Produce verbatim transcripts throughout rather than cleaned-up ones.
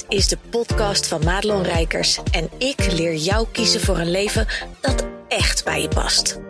is de podcast van Madelon Rijkers en ik leer jou kiezen voor een leven dat echt bij je past.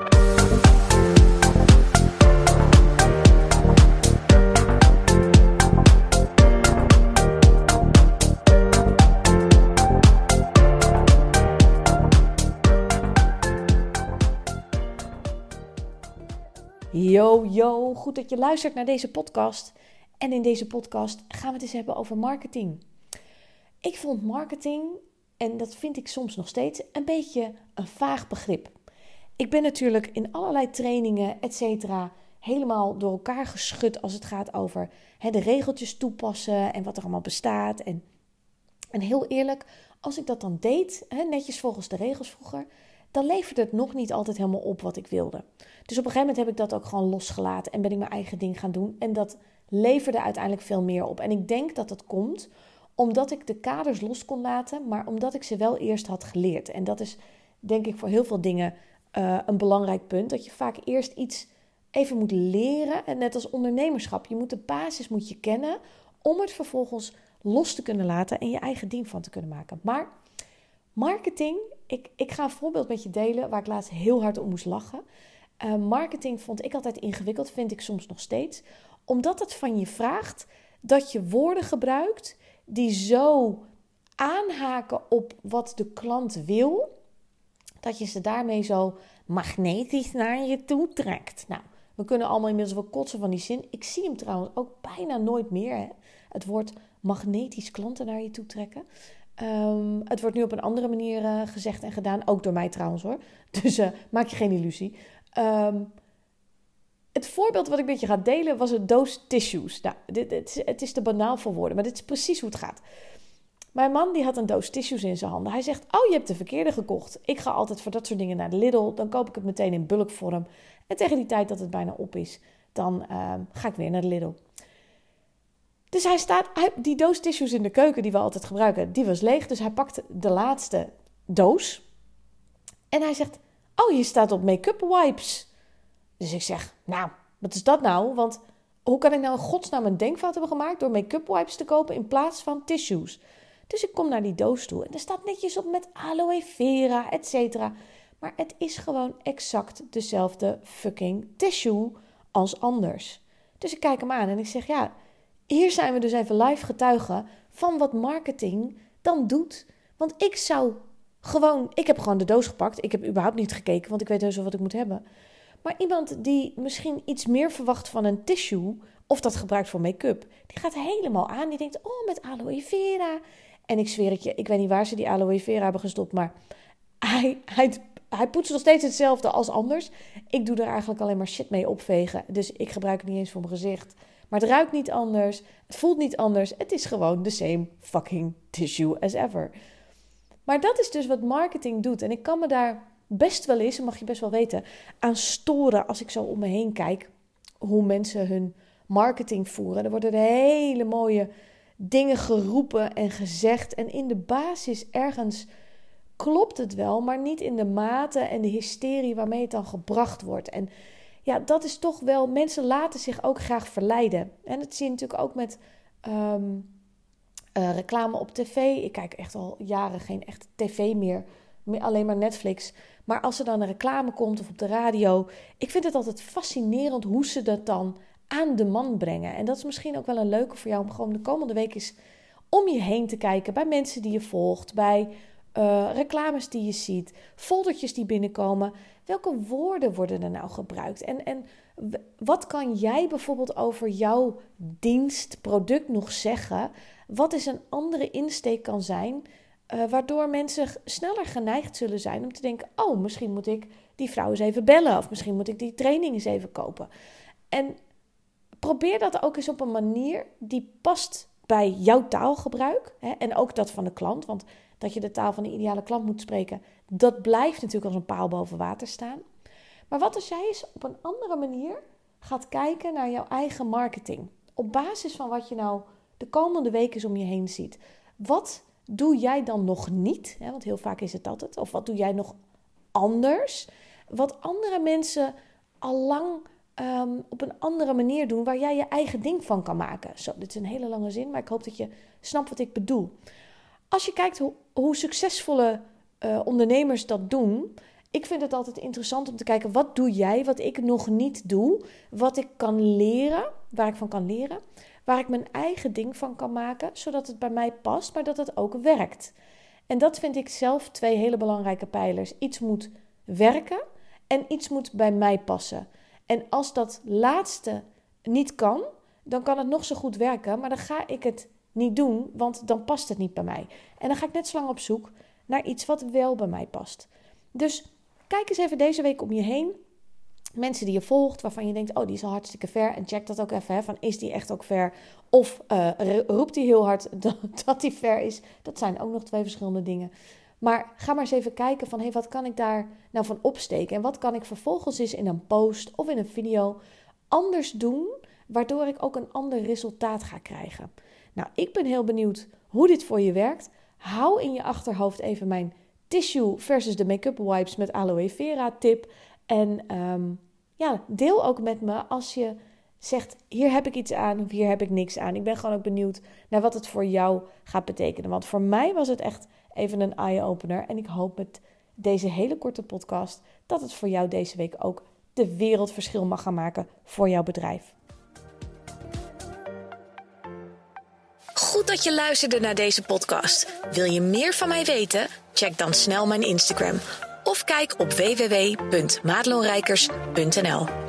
Yo, yo, goed dat je luistert naar deze podcast. En in deze podcast gaan we het eens hebben over marketing. Ik vond marketing, en dat vind ik soms nog steeds, een beetje een vaag begrip. Ik ben natuurlijk in allerlei trainingen, et cetera, helemaal door elkaar geschud als het gaat over hè, de regeltjes toepassen en wat er allemaal bestaat. En, en heel eerlijk, als ik dat dan deed, hè, netjes volgens de regels vroeger, dan leverde het nog niet altijd helemaal op wat ik wilde. Dus op een gegeven moment heb ik dat ook gewoon losgelaten en ben ik mijn eigen ding gaan doen. En dat leverde uiteindelijk veel meer op. En ik denk dat dat komt omdat ik de kaders los kon laten, maar omdat ik ze wel eerst had geleerd. En dat is denk ik voor heel veel dingen uh, een belangrijk punt. Dat je vaak eerst iets even moet leren. En net als ondernemerschap. Je moet de basis moet je kennen om het vervolgens los te kunnen laten en je eigen ding van te kunnen maken. Maar marketing, ik, ik ga een voorbeeld met je delen waar ik laatst heel hard om moest lachen. Uh, marketing vond ik altijd ingewikkeld, vind ik soms nog steeds. Omdat het van je vraagt dat je woorden gebruikt die zo aanhaken op wat de klant wil, dat je ze daarmee zo magnetisch naar je toe trekt. Nou, we kunnen allemaal inmiddels wel kotsen van die zin. Ik zie hem trouwens ook bijna nooit meer. Hè? Het woord magnetisch klanten naar je toe trekken. Um, het wordt nu op een andere manier uh, gezegd en gedaan. Ook door mij trouwens hoor. Dus uh, maak je geen illusie. Um, het voorbeeld wat ik met je ga delen was een doos tissues. Nou, dit, het, is, het is te banaal voor woorden, maar dit is precies hoe het gaat. Mijn man die had een doos tissues in zijn handen. Hij zegt, oh je hebt de verkeerde gekocht. Ik ga altijd voor dat soort dingen naar de Lidl. Dan koop ik het meteen in bulkvorm. En tegen die tijd dat het bijna op is, dan uh, ga ik weer naar de Lidl. Dus hij staat, hij, die doos tissues in de keuken die we altijd gebruiken, die was leeg. Dus hij pakte de laatste doos. En hij zegt, oh hier staat op make-up wipes. Dus ik zeg, nou, wat is dat nou? Want hoe kan ik nou in godsnaam een denkfout hebben gemaakt door make-up wipes te kopen in plaats van tissues? Dus ik kom naar die doos toe en er staat netjes op met aloe vera, et cetera. Maar het is gewoon exact dezelfde fucking tissue als anders. Dus ik kijk hem aan en ik zeg, ja, hier zijn we dus even live getuigen van wat marketing dan doet. Want ik zou gewoon, ik heb gewoon de doos gepakt. Ik heb überhaupt niet gekeken, want ik weet heus wel wat ik moet hebben. Maar iemand die misschien iets meer verwacht van een tissue, of dat gebruikt voor make-up, die gaat helemaal aan. Die denkt, oh, met aloe vera. En ik zweer het je, ik weet niet waar ze die aloe vera hebben gestopt, maar hij, hij, hij poetst nog steeds hetzelfde als anders. Ik doe er eigenlijk alleen maar shit mee opvegen. Dus ik gebruik het niet eens voor mijn gezicht. Maar het ruikt niet anders, het voelt niet anders. Het is gewoon the same fucking tissue as ever. Maar dat is dus wat marketing doet. En ik kan me daar best wel eens, dat mag je best wel weten, aan storen als ik zo om me heen kijk hoe mensen hun marketing voeren. Er worden hele mooie dingen geroepen en gezegd. En in de basis ergens klopt het wel, maar niet in de mate en de hysterie waarmee het dan gebracht wordt. En ja, dat is toch wel, mensen laten zich ook graag verleiden. En dat zie je natuurlijk ook met um, uh, reclame op tv. Ik kijk echt al jaren geen echt tv meer, alleen maar Netflix. Maar als er dan een reclame komt of op de radio, ik vind het altijd fascinerend hoe ze dat dan aan de man brengen. En dat is misschien ook wel een leuke voor jou om gewoon de komende week eens om je heen te kijken. Bij mensen die je volgt, bij uh, reclames die je ziet, foldertjes die binnenkomen. Welke woorden worden er nou gebruikt? En, en wat kan jij bijvoorbeeld over jouw dienst, product nog zeggen? Wat is een andere insteek kan zijn, uh, waardoor mensen sneller geneigd zullen zijn om te denken, oh, misschien moet ik die vrouw eens even bellen. Of misschien moet ik die training eens even kopen. En probeer dat ook eens op een manier die past bij jouw taalgebruik. Hè, en ook dat van de klant. Want dat je de taal van de ideale klant moet spreken, dat blijft natuurlijk als een paal boven water staan. Maar wat als jij eens op een andere manier gaat kijken naar jouw eigen marketing? Op basis van wat je nou de komende weken eens om je heen ziet. Wat doe jij dan nog niet? Hè, want heel vaak is het dat het. Of wat doe jij nog anders? Wat andere mensen al lang um, op een andere manier doen waar jij je eigen ding van kan maken. Zo, dit is een hele lange zin, maar ik hoop dat je snapt wat ik bedoel. Als je kijkt hoe, hoe succesvolle uh, ondernemers dat doen, ik vind het altijd interessant om te kijken, wat doe jij wat ik nog niet doe, wat ik kan leren, waar ik van kan leren, waar ik mijn eigen ding van kan maken, zodat het bij mij past, maar dat het ook werkt. En dat vind ik zelf twee hele belangrijke pijlers. Iets moet werken en iets moet bij mij passen. En als dat laatste niet kan, dan kan het nog zo goed werken, maar dan ga ik het niet doen, want dan past het niet bij mij. En dan ga ik net zo lang op zoek naar iets wat wel bij mij past. Dus kijk eens even deze week om je heen. Mensen die je volgt, waarvan je denkt, oh, die is al hartstikke ver. En check dat ook even, hè, van is die echt ook ver? Of uh, roept die heel hard dat, dat die ver is? Dat zijn ook nog twee verschillende dingen. Maar ga maar eens even kijken van, hey, wat kan ik daar nou van opsteken? En wat kan ik vervolgens eens in een post of in een video anders doen, waardoor ik ook een ander resultaat ga krijgen? Nou, ik ben heel benieuwd hoe dit voor je werkt. Hou in je achterhoofd even mijn tissue versus de make-up wipes met aloe vera tip. En um, ja, deel ook met me als je zegt, hier heb ik iets aan of hier heb ik niks aan. Ik ben gewoon ook benieuwd naar wat het voor jou gaat betekenen. Want voor mij was het echt even een eye-opener. En ik hoop met deze hele korte podcast dat het voor jou deze week ook de wereldverschil mag gaan maken voor jouw bedrijf. Goed dat je luisterde naar deze podcast. Wil je meer van mij weten? Check dan snel mijn Instagram. Of kijk op w w w punt madelonrijkers punt n l.